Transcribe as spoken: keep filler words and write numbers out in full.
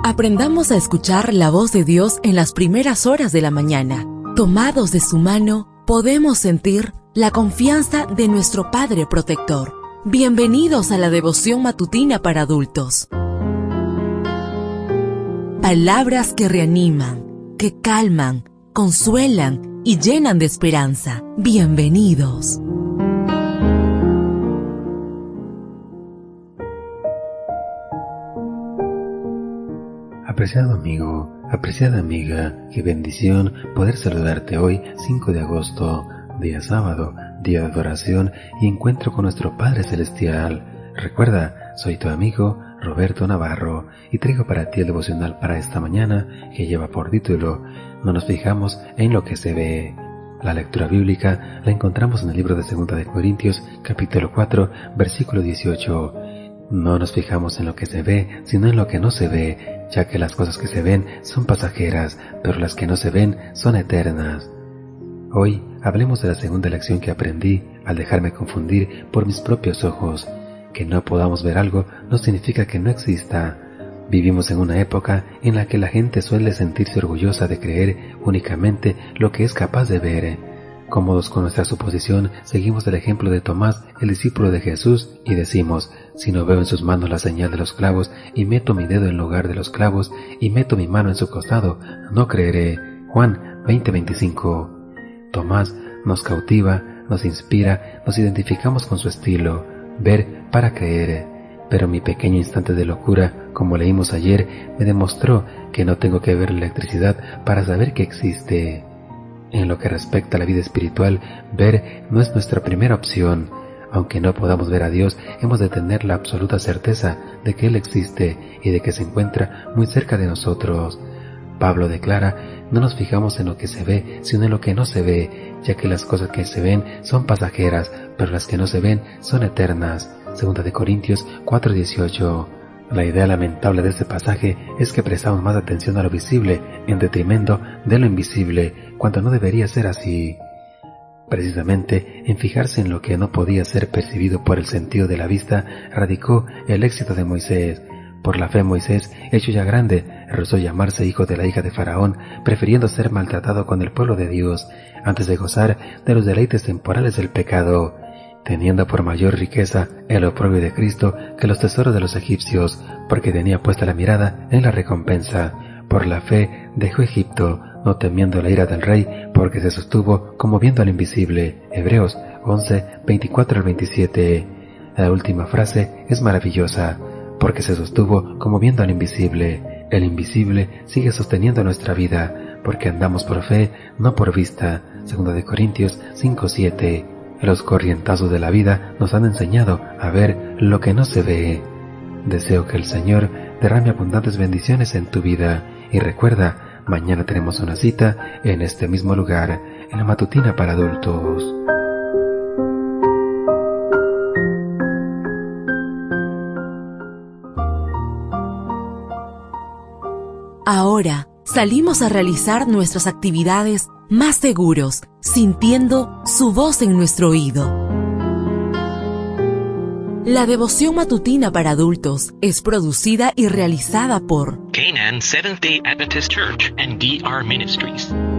Aprendamos a escuchar la voz de Dios en las primeras horas de la mañana. Tomados de su mano, podemos sentir la confianza de nuestro Padre Protector. Bienvenidos a la devoción matutina para adultos. Palabras que reaniman, que calman, consuelan y llenan de esperanza. Bienvenidos. Apreciado amigo, apreciada amiga, qué bendición poder saludarte hoy, cinco de agosto, día sábado, día de adoración y encuentro con nuestro Padre Celestial. Recuerda, soy tu amigo Roberto Navarro y traigo para ti el devocional para esta mañana que lleva por título No nos fijamos en lo que se ve. La lectura bíblica la encontramos en el libro de Segunda de Corintios, capítulo cuatro, versículo dieciocho. No nos fijamos en lo que se ve, sino en lo que no se ve, ya que las cosas que se ven son pasajeras, pero las que no se ven son eternas. Hoy hablemos de la segunda lección que aprendí al dejarme confundir por mis propios ojos. Que no podamos ver algo no significa que no exista. Vivimos en una época en la que la gente suele sentirse orgullosa de creer únicamente lo que es capaz de ver. Cómodos con nuestra suposición, seguimos el ejemplo de Tomás, el discípulo de Jesús, y decimos, si no veo en sus manos la señal de los clavos, y meto mi dedo en lugar de los clavos, y meto mi mano en su costado, no creeré. Juan veinte veinticinco. Tomás nos cautiva, nos inspira, nos identificamos con su estilo, ver para creer. Pero mi pequeño instante de locura, como leímos ayer, me demostró que no tengo que ver la electricidad para saber que existe. En lo que respecta a la vida espiritual, ver no es nuestra primera opción. Aunque no podamos ver a Dios, hemos de tener la absoluta certeza de que Él existe y de que se encuentra muy cerca de nosotros. Pablo declara, no nos fijamos en lo que se ve, sino en lo que no se ve, ya que las cosas que se ven son pasajeras, pero las que no se ven son eternas. Segunda de Corintios cuatro dieciocho. La idea lamentable de este pasaje es que prestamos más atención a lo visible en detrimento de lo invisible, cuando no debería ser así. Precisamente en fijarse en lo que no podía ser percibido por el sentido de la vista radicó el éxito de Moisés. Por la fe Moisés, hecho ya grande, rehusó llamarse hijo de la hija de Faraón, prefiriendo ser maltratado con el pueblo de Dios, antes de gozar de los deleites temporales del pecado, teniendo por mayor riqueza el oprobio de Cristo que los tesoros de los egipcios, porque tenía puesta la mirada en la recompensa. Por la fe dejó Egipto, no temiendo la ira del rey, porque se sostuvo como viendo al invisible. Hebreos once, veinticuatro al veintisiete. La última frase es maravillosa, porque se sostuvo como viendo al invisible. El invisible sigue sosteniendo nuestra vida, porque andamos por fe, no por vista. Segunda de Corintios cinco siete. Los corrientazos de la vida nos han enseñado a ver lo que no se ve. Deseo que el Señor derrame abundantes bendiciones en tu vida y recuerda, mañana tenemos una cita en este mismo lugar, en la matutina para adultos. Ahora salimos a realizar nuestras actividades más seguros, sintiendo su voz en nuestro oído. La devoción matutina para adultos es producida y realizada por Canaan Seventh-day Adventist Church and D R Ministries.